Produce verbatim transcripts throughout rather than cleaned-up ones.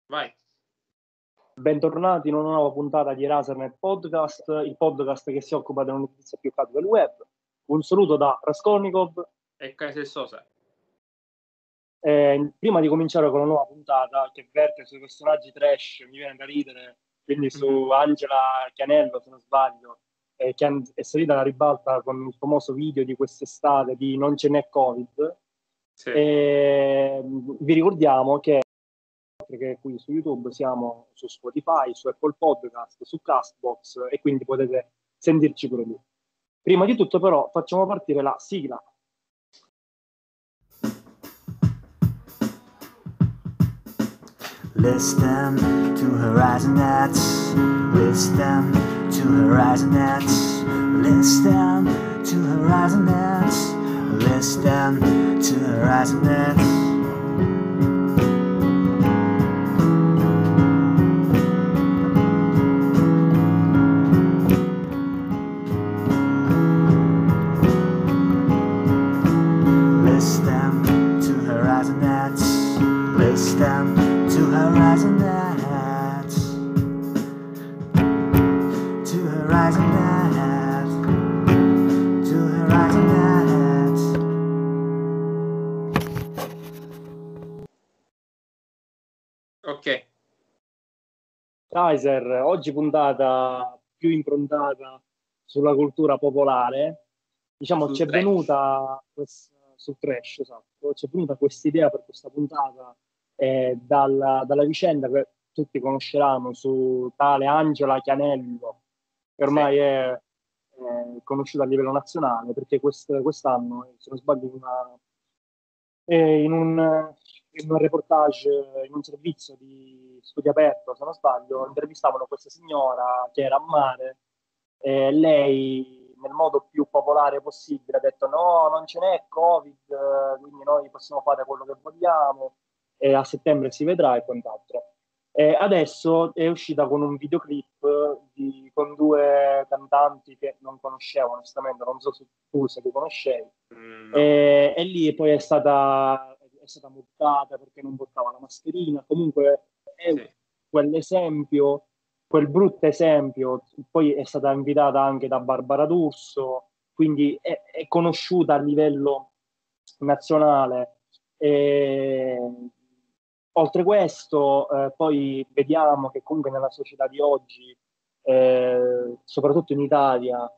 Vai. Bentornati in una nuova puntata di Erasernet Podcast, il podcast che si occupa delle notizie più calde del web. Un saluto da Raskolnikov. E Kaiser Sosa. Eh, prima di cominciare con la nuova puntata, che verte sui personaggi trash, mi viene da ridere, quindi su Mhm. Angela Chianello, se non sbaglio, eh, che è salita alla ribalta con il famoso video di quest'estate di Non ce n'è Covid. Sì. E, vi ricordiamo che che qui su YouTube siamo su Spotify, su Apple Podcast, su Castbox e quindi potete sentirci pure lì. Prima di tutto però facciamo partire la sigla. Listen to Horizon Nets. Listen to Horizon Nets. Listen to Horizon Nets. Listen to Horizon Nets. Listen to Horizon Nets. Listen to Horizon Nets. To Horizon Nets. To Horizon Nets. Ok. Kaiser, oggi puntata più improntata sulla cultura popolare. Diciamo, Sul ci è trash. venuta questa, sul trash, esatto, ci è venuta questa idea per questa puntata eh, dalla, dalla vicenda che tutti conosceranno su tale Angela Chianello, che Sì. ormai è eh, conosciuta a livello nazionale, perché quest- quest'anno, se non sbaglio, in, una, eh, in un, in un reportage, in un servizio di studio aperto, se non sbaglio, intervistavano questa signora che era a mare e lei, nel modo più popolare possibile, ha detto no, non ce n'è Covid, eh, quindi noi possiamo fare quello che vogliamo e a settembre si vedrà e quant'altro. E adesso è uscita con un videoclip di- con due cantanti che non conoscevo, onestamente, non so se tu se li conoscevi. Mm, no. E, e lì poi è stata, è stata multata perché non portava la mascherina. Comunque è Sì. quell'esempio, quel brutto esempio. Poi è stata invitata anche da Barbara D'Urso, quindi è, è conosciuta a livello nazionale. E, oltre questo, eh, poi vediamo che comunque nella società di oggi, eh, soprattutto in Italia,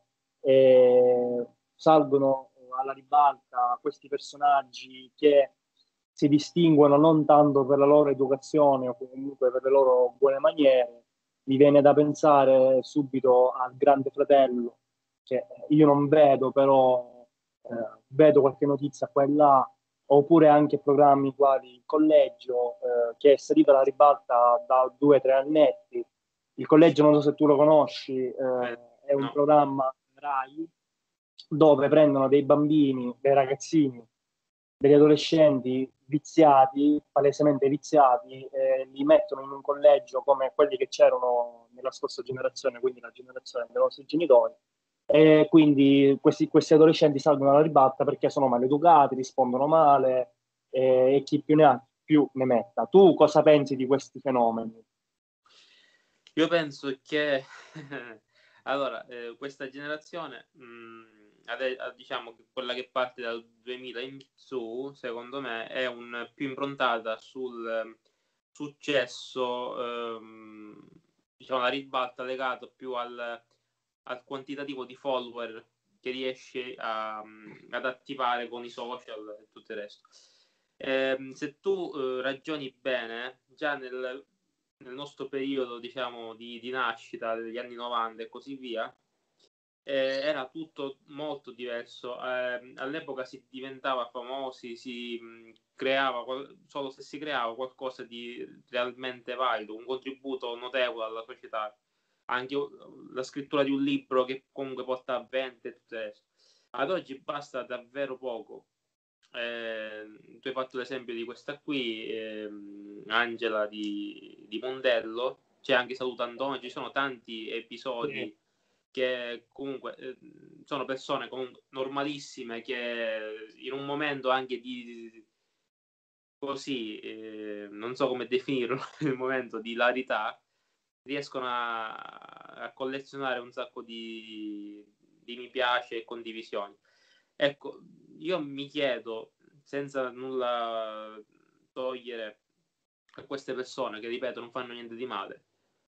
eh, salgono alla ribalta questi personaggi che si distinguono non tanto per la loro educazione o comunque per le loro buone maniere. Mi viene da pensare subito al Grande Fratello, che io non vedo, però eh, vedo qualche notizia qua e là, oppure anche programmi quali Il Collegio, eh, che è salito alla ribalta da due o tre annetti. Il Collegio, non so se tu lo conosci, eh, Eh, è un no. programma Rai dove prendono dei bambini, dei ragazzini, degli adolescenti viziati, palesemente viziati, e li mettono in un collegio come quelli che c'erano nella scorsa generazione, quindi la generazione dei nostri genitori. E quindi questi, questi adolescenti salgono alla ribalta perché sono maleducati, rispondono male e, e chi più ne ha più ne metta. Tu cosa pensi di questi fenomeni? Io penso che allora, eh, questa generazione, mh, ade- eh, diciamo che quella che parte dal duemila in su, secondo me, è un, più improntata sul eh, successo, ehm, diciamo, la ribalta legato più al, al quantitativo di follower che riesci a, ad attivare con i social e tutto il resto. Ehm, se tu eh, ragioni bene, già nel, nel nostro periodo, diciamo, di, di nascita degli anni novanta e così via, eh, era tutto molto diverso. Eh, all'epoca si diventava famosi, si mh, creava, solo se si creava qualcosa di realmente valido, un contributo notevole alla società, anche la scrittura di un libro che comunque porta a vendita e tutto il resto. Ad oggi basta davvero poco. Eh, tu hai fatto l'esempio di questa qui, ehm, Angela di, di Mondello, c'è anche Saluto Antonio, ci sono tanti Sì. episodi che comunque eh, sono persone comunque normalissime che in un momento anche di, così, eh, non so come definirlo nel momento, di ilarità, riescono a, a collezionare un sacco di, di mi piace e condivisioni. Ecco, io mi chiedo, senza nulla togliere a queste persone che, ripeto, non fanno niente di male,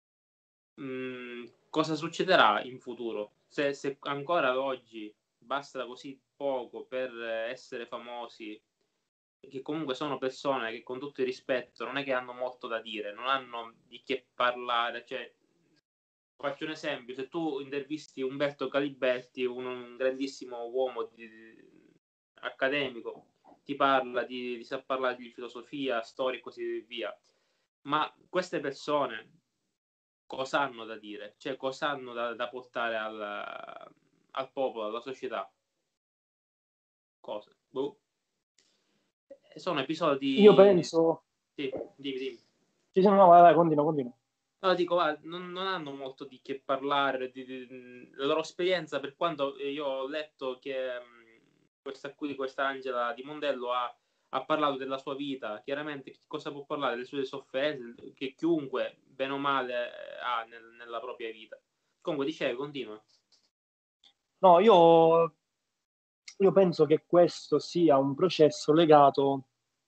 mh, cosa succederà in futuro? Se, se ancora oggi basta così poco per essere famosi, che comunque sono persone che, con tutto il rispetto, non è che hanno molto da dire, non hanno di che parlare. Cioè, faccio un esempio: se tu intervisti Umberto Caliberti, un, un grandissimo uomo di, accademico, ti parla di, di sa parlare di filosofia, storia e così via, ma queste persone cosa hanno da dire? Cioè, cosa hanno da, da portare al, al popolo, alla società? Cosa? Boh. Sono episodi... Io penso... Sì, dimmi, dimmi. Ci sono... No, vai, vai, continua, continua. No, dico, va, non, non hanno molto di che parlare, di, di, la loro esperienza, per quanto io ho letto che mh, questa qui, questa Angela Di Mondello ha, ha parlato della sua vita. Chiaramente cosa può parlare? Delle sue sofferenze, che chiunque, bene o male, ha nel, nella propria vita. Comunque, dicevi, continua. No, io, io penso che questo sia un processo legato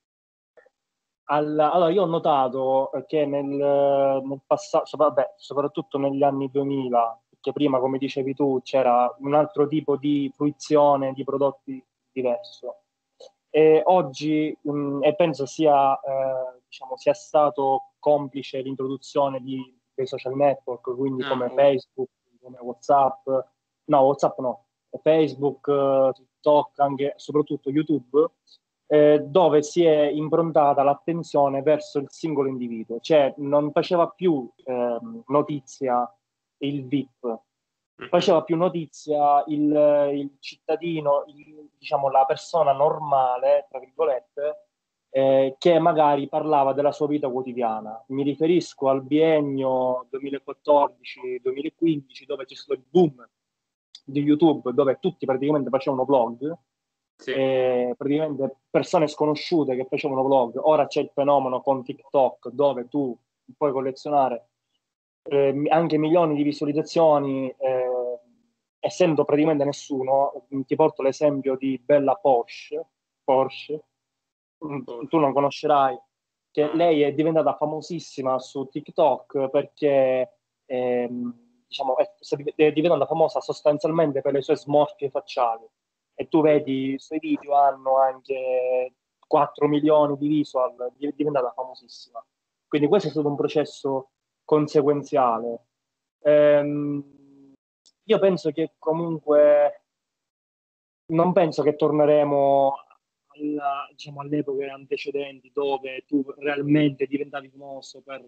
al... Allora, io ho notato che nel, nel passato, vabbè, soprattutto negli anni duemila, perché prima, come dicevi tu, c'era un altro tipo di fruizione di prodotti diverso. E oggi, mh, e penso sia, eh, diciamo, sia stato complice l'introduzione di, dei social network, quindi Ah, come oh. Facebook, come WhatsApp, no, WhatsApp no, Facebook, eh, TikTok, anche soprattutto YouTube, eh, dove si è improntata l'attenzione verso il singolo individuo, cioè non faceva più ehm, notizia il V I P, faceva più notizia il, il cittadino, il, diciamo la persona normale, tra virgolette, eh, che magari parlava della sua vita quotidiana. Mi riferisco al biennio duemilaquattordici duemilaquindici, dove c'è stato il boom di YouTube, dove tutti praticamente facevano vlog, Sì. eh, praticamente persone sconosciute che facevano vlog. Ora c'è il fenomeno con TikTok, dove tu puoi collezionare eh, anche milioni di visualizzazioni, eh, essendo praticamente nessuno. Ti porto l'esempio di Bella Porsche, Porsche. Porsche. Tu non conoscerai, che No. lei è diventata famosissima su TikTok perché ehm, diciamo, è, è diventata famosa sostanzialmente per le sue smorfie facciali, e tu vedi i suoi video hanno anche quattro milioni di visual, è diventata famosissima. Quindi questo è stato un processo conseguenziale. Ehm, io penso che comunque non penso che torneremo alla, diciamo, all'epoca antecedenti, dove tu realmente diventavi famoso per,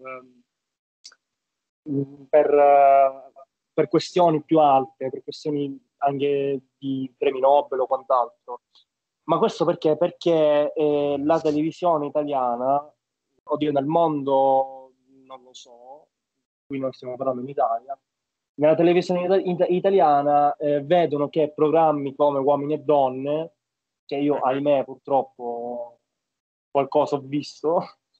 per, per questioni più alte, per questioni anche di premi Nobel o quant'altro. Ma questo perché? Perché eh, la televisione italiana, oddio, nel mondo non lo so, qui noi stiamo parlando in Italia, nella televisione ita- it- italiana eh, vedono che programmi come Uomini e Donne, che io ahimè purtroppo qualcosa ho visto,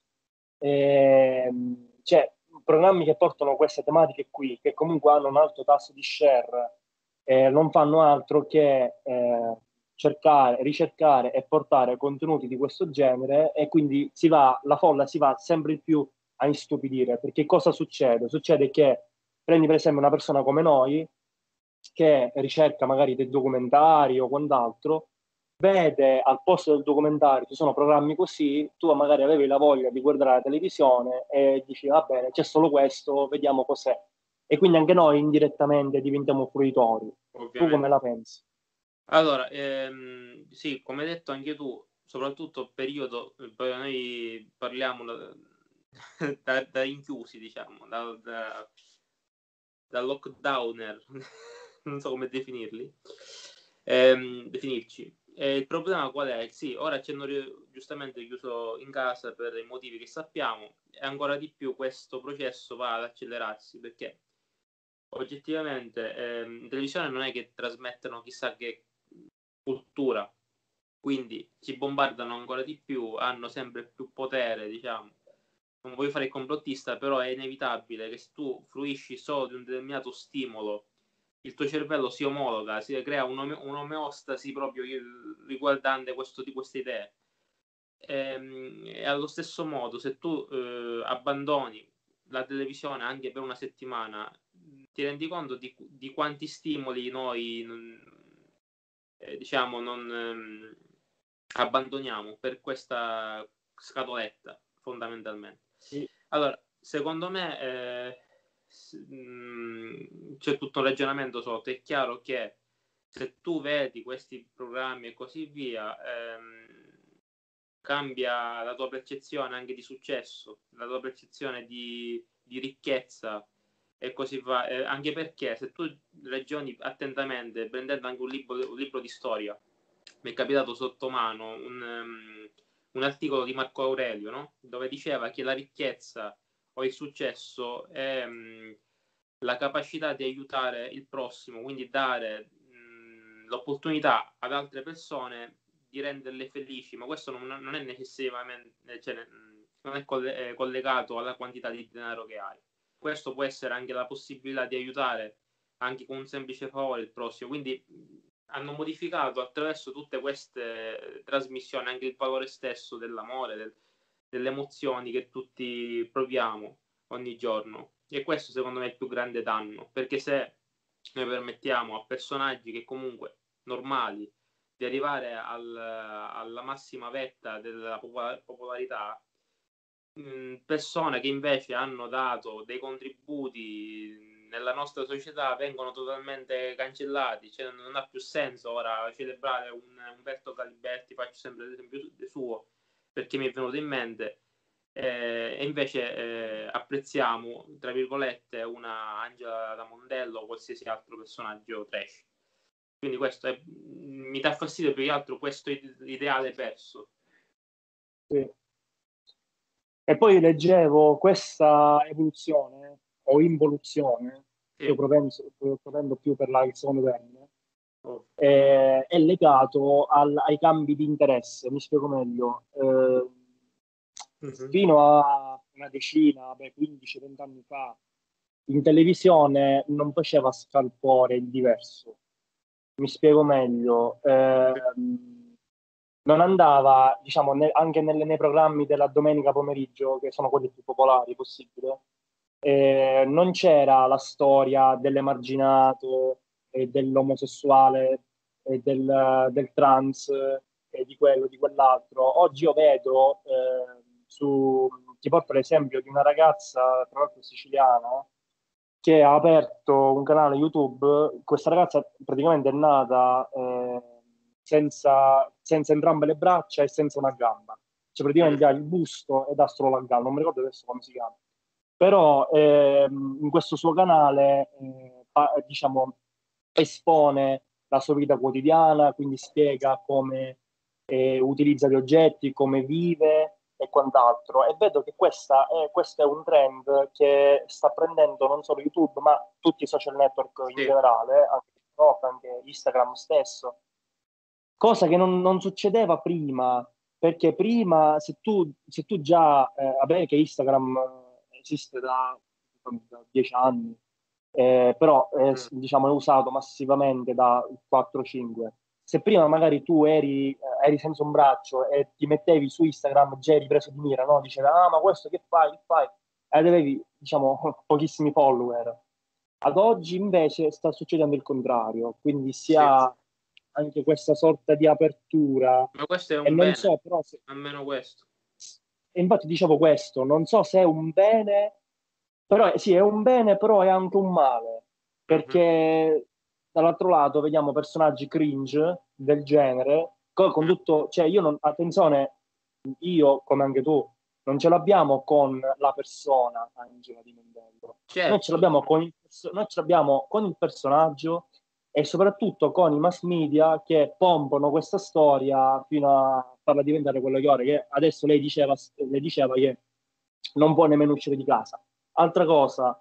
ehm, cioè programmi che portano queste tematiche qui, che comunque hanno un alto tasso di share, eh, non fanno altro che eh, cercare, ricercare e portare contenuti di questo genere, e quindi si va, la folla si va sempre di più a istupidire. Perché cosa succede? Succede che prendi per esempio una persona come noi, che ricerca magari dei documentari o quant'altro, vede al posto del documentario ci sono programmi così, tu magari avevi la voglia di guardare la televisione e dici va bene, c'è solo questo, vediamo cos'è. E quindi anche noi indirettamente diventiamo fruitori. Ovviamente. Tu come la pensi? Allora, ehm, sì, come hai detto anche tu, soprattutto periodo, poi noi parliamo da, da, da inchiusi, diciamo, da, da, da lockdowner, non so come definirli, ehm, definirci. E il problema qual è? Sì, ora ci hanno giustamente chiuso in casa per i motivi che sappiamo, e ancora di più questo processo va ad accelerarsi, perché oggettivamente ehm, in televisione non è che trasmettono chissà che cultura, quindi ci bombardano ancora di più, hanno sempre più potere, diciamo. Non voglio fare il complottista, però è inevitabile che se tu fruisci solo di un determinato stimolo, il tuo cervello si omologa, si crea un'omeostasi proprio riguardante questo, di queste idee. E, e allo stesso modo, se tu eh, abbandoni la televisione anche per una settimana, ti rendi conto di, di quanti stimoli noi non, eh, diciamo non ehm, abbandoniamo per questa scatoletta, fondamentalmente. Sì. Allora, secondo me eh, mh, c'è tutto un ragionamento sotto. È chiaro che se tu vedi questi programmi e così via, ehm, cambia la tua percezione anche di successo, la tua percezione di, di ricchezza e così va, eh, anche perché se tu ragioni attentamente, prendendo anche un libro, un libro di storia, mi è capitato sotto mano un, um, un articolo di Marco Aurelio, no? Dove diceva che la ricchezza o il successo è um, la capacità di aiutare il prossimo, quindi dare um, l'opportunità ad altre persone di renderle felici, ma questo non, non è necessariamente, cioè, non è coll- collegato alla quantità di denaro che hai. Questo può essere anche la possibilità di aiutare anche con un semplice favore il prossimo, quindi hanno modificato attraverso tutte queste trasmissioni anche il valore stesso dell'amore, del, delle emozioni che tutti proviamo ogni giorno, e questo secondo me è il più grande danno, perché se noi permettiamo a personaggi che comunque normali di arrivare al, alla massima vetta della popolarità, persone che invece hanno dato dei contributi nella nostra società vengono totalmente cancellati, cioè non ha più senso ora celebrare un Umberto Galiberti, faccio sempre l'esempio suo perché mi è venuto in mente, eh, e invece eh, apprezziamo tra virgolette una Angela da Mondello o qualsiasi altro personaggio trash. Quindi questo è, mi dà fastidio più che altro questo ideale perso. Sì. E poi leggevo questa evoluzione o involuzione, Sì. io propendo, propendo più per la seconda termine, Oh. eh, è legato al, ai cambi di interesse. Mi spiego meglio. Eh, mm-hmm. Fino a una decina, quindici venti anni fa, in televisione non faceva scalpore il diverso. Mi spiego meglio. Eh, non andava, diciamo, ne, anche nelle, nei programmi della domenica pomeriggio, che sono quelli più popolari possibile, eh, non c'era la storia dell'emarginato, e dell'omosessuale, e del, del trans, e di quello, di quell'altro. Oggi io vedo, eh, su, ti porto l'esempio di una ragazza, tra l'altro siciliana, che ha aperto un canale YouTube. Questa ragazza praticamente è nata eh, senza, senza entrambe le braccia e senza una gamba, cioè praticamente ha il busto ed ha solo la gamba, non mi ricordo adesso come si chiama, però ehm, in questo suo canale eh, pa- diciamo espone la sua vita quotidiana, quindi spiega come eh, utilizza gli oggetti, come vive e quant'altro. E vedo che questa è, questo è un trend che sta prendendo non solo YouTube, ma tutti i social network in Sì. generale, anche TikTok, anche Instagram stesso. Cosa che non, non succedeva prima, perché prima se tu, se tu già, eh, vabbè che Instagram esiste da, da dieci anni, eh, però eh, Mm. diciamo è usato massivamente da quattro cinque. Se prima magari tu eri, eh, eri senza un braccio e ti mettevi su Instagram, già eri preso di mira, no? Diceva, ah, ma questo che fai, che fai? Ed avevi, diciamo, pochissimi follower. Ad oggi invece sta succedendo il contrario, quindi si Sì. ha anche questa sorta di apertura. Ma questo è un E non bene, so, però se... almeno questo. E infatti dicevo questo, non so se è un bene, però è- sì, è un bene, però è anche un male, perché Mm-hmm. dall'altro lato vediamo personaggi cringe del genere, co- con tutto, cioè io non, attenzione, io come anche tu, non ce l'abbiamo con la persona Angela Di Mondello, noi ce Certo. l'abbiamo con il, perso- noi ce l'abbiamo con il personaggio e soprattutto con i mass media che pompano questa storia fino a farla diventare quello che ora, che adesso lei diceva, lei diceva che non può nemmeno uscire di casa. Altra cosa,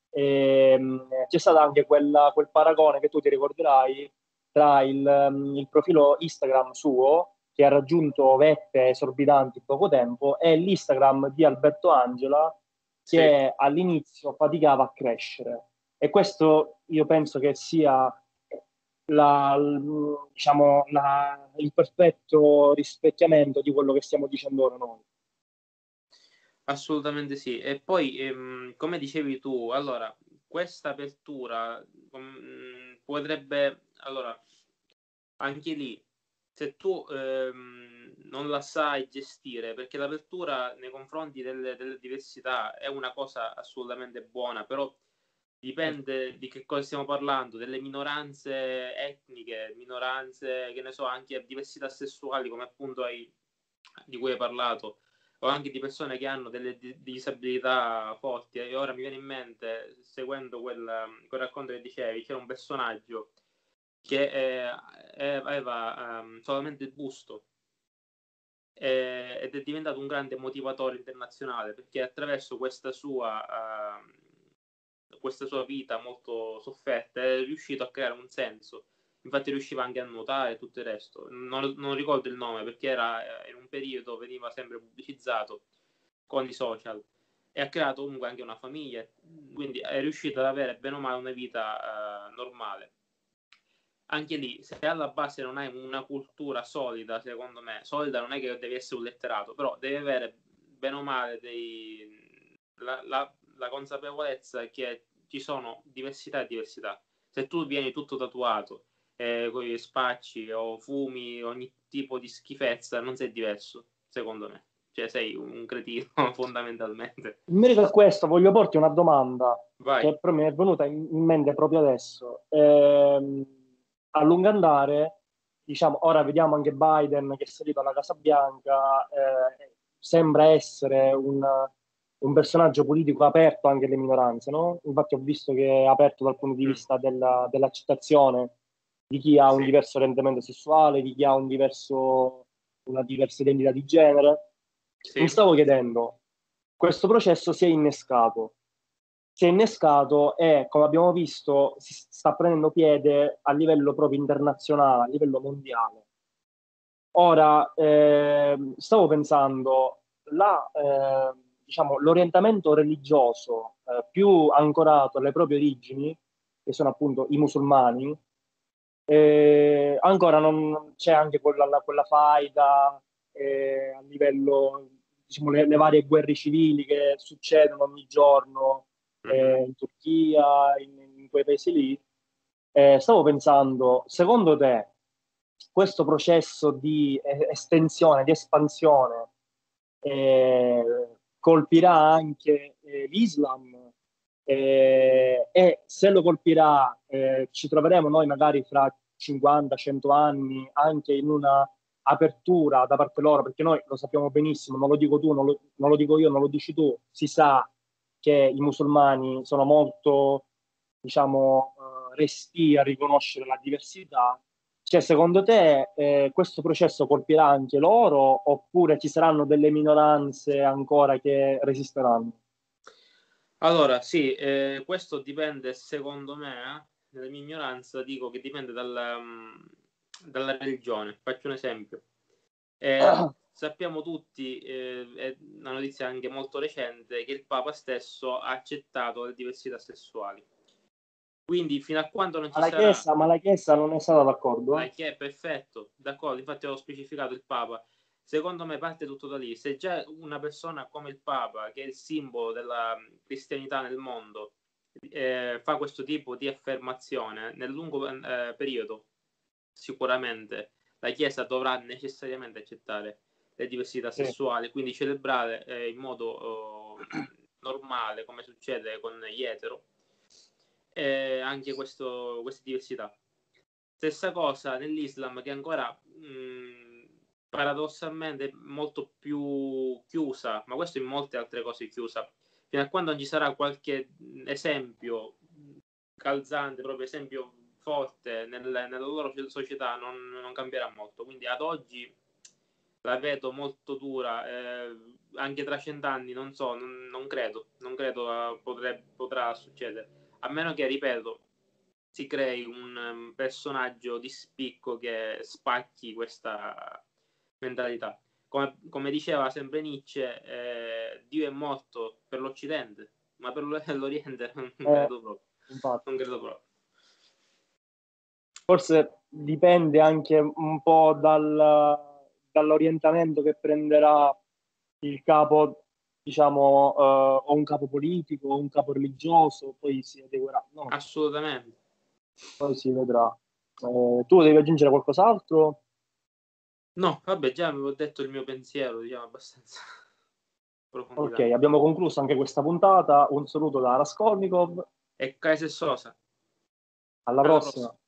ehm, c'è stato anche quella, quel paragone che tu ti ricorderai tra il, um, il profilo Instagram suo che ha raggiunto vette esorbitanti in poco tempo, è l'Instagram di Alberto Angela, che sì, all'inizio faticava a crescere. E questo io penso che sia la, diciamo, la, il perfetto rispecchiamento di quello che stiamo dicendo ora noi. Assolutamente sì. E poi, ehm, come dicevi tu, allora, questa apertura um, potrebbe, allora, anche lì, se tu ehm, non la sai gestire, perché l'apertura nei confronti delle, delle diversità è una cosa assolutamente buona, però dipende di che cosa stiamo parlando, delle minoranze etniche, minoranze, che ne so, anche diversità sessuali, come appunto hai, di cui hai parlato, o anche di persone che hanno delle di- disabilità forti. E ora mi viene in mente, seguendo quel, quel racconto che dicevi, c'era un personaggio che eh, aveva um, solamente il busto eh, ed è diventato un grande motivatore internazionale, perché attraverso questa sua uh, questa sua vita molto sofferta è riuscito a creare un senso. Infatti riusciva anche a nuotare e tutto il resto. Non, non ricordo il nome, perché era in un periodo veniva sempre pubblicizzato con i social, e ha creato comunque anche una famiglia, quindi è riuscito ad avere bene o male una vita uh, normale. Anche lì, se alla base non hai una cultura solida, secondo me, solida non è che devi essere un letterato, però devi avere bene o male dei, la, la, la consapevolezza che ci sono diversità e diversità. Se tu vieni tutto tatuato, eh, con gli spacci o fumi ogni tipo di schifezza, non sei diverso, secondo me. Cioè sei un cretino, fondamentalmente. In merito a questo voglio porti una domanda. Vai. Che però mi è venuta in mente proprio adesso. Eh, a lungo andare, diciamo, ora vediamo anche Biden che è salito alla Casa Bianca, eh, sembra essere un, un personaggio politico aperto anche alle minoranze, no? Infatti ho visto che è aperto dal punto di Mm. vista della, dell'accettazione di chi ha un Sì. diverso orientamento sessuale, di chi ha un diverso, una diversa identità di genere. Sì. Mi stavo chiedendo, questo processo si è innescato. Si è innescato e, come abbiamo visto, si sta prendendo piede a livello proprio internazionale, a livello mondiale. Ora, eh, stavo pensando, la, eh, diciamo, l'orientamento religioso eh, più ancorato alle proprie origini, che sono appunto i musulmani, eh, ancora non c'è anche quella, quella faida eh, a livello, diciamo, le, le varie guerre civili che succedono ogni giorno Mm-hmm. eh, in Turchia, in, in quei paesi lì. Eh, stavo pensando, secondo te, questo processo di eh, estensione, di espansione, eh, colpirà anche eh, l'Islam? Eh, e se lo colpirà, eh, ci troveremo noi magari fra cinquanta cento anni anche in una apertura da parte loro, perché noi lo sappiamo benissimo, non lo dico tu, non lo, non lo dico io, non lo dici tu, si sa che i musulmani sono molto, diciamo, eh, restii a riconoscere la diversità. Cioè, secondo te eh, questo processo colpirà anche loro oppure ci saranno delle minoranze ancora che resisteranno? Allora, sì, eh, questo dipende, secondo me, eh, nella mia ignoranza, dico che dipende dalla, um, dalla religione. Faccio un esempio. Eh, sappiamo tutti, eh, è una notizia anche molto recente, che il Papa stesso ha accettato le diversità sessuali. Quindi, fino a quando non ci Ma la sarà... Chiesa, ma la Chiesa non è stata d'accordo? La Chiesa, perfetto, d'accordo, infatti ho specificato il Papa. Secondo me parte tutto da lì. Se già una persona come il Papa, che è il simbolo della cristianità nel mondo, eh, fa questo tipo di affermazione nel lungo eh, periodo, sicuramente la Chiesa dovrà necessariamente accettare le diversità Sì. sessuali, quindi celebrare eh, in modo oh, normale, come succede con gli etero, eh, anche questo, queste diversità. Stessa cosa nell'Islam, che ancora mh, paradossalmente è molto più chiusa, ma questo in molte altre cose è chiusa. Fino a quando non ci sarà qualche esempio calzante, proprio esempio forte nel, nella loro società, non, non cambierà molto. Quindi ad oggi la vedo molto dura, eh, anche tra cent'anni, non so, non, non credo, non credo uh, potrebbe, potrà succedere. A meno che, ripeto, si crei un um, personaggio di spicco che spacchi questa, mentalità. Come, come diceva sempre Nietzsche, eh, Dio è morto per l'Occidente, ma per l'Oriente non Eh, credo proprio. infatti. Non credo proprio. Forse dipende anche un po' dal, dall'orientamento che prenderà il capo, diciamo, eh, o un capo politico o un capo religioso, poi si adeguerà, no? Assolutamente. Poi si vedrà. Eh, tu devi aggiungere qualcos'altro? No, vabbè, già avevo detto il mio pensiero, diciamo, abbastanza Ok, profondità. abbiamo concluso anche questa puntata. Un saluto da Raskolnikov. E Kaiser Sosa. Alla Alla prossima. prossima.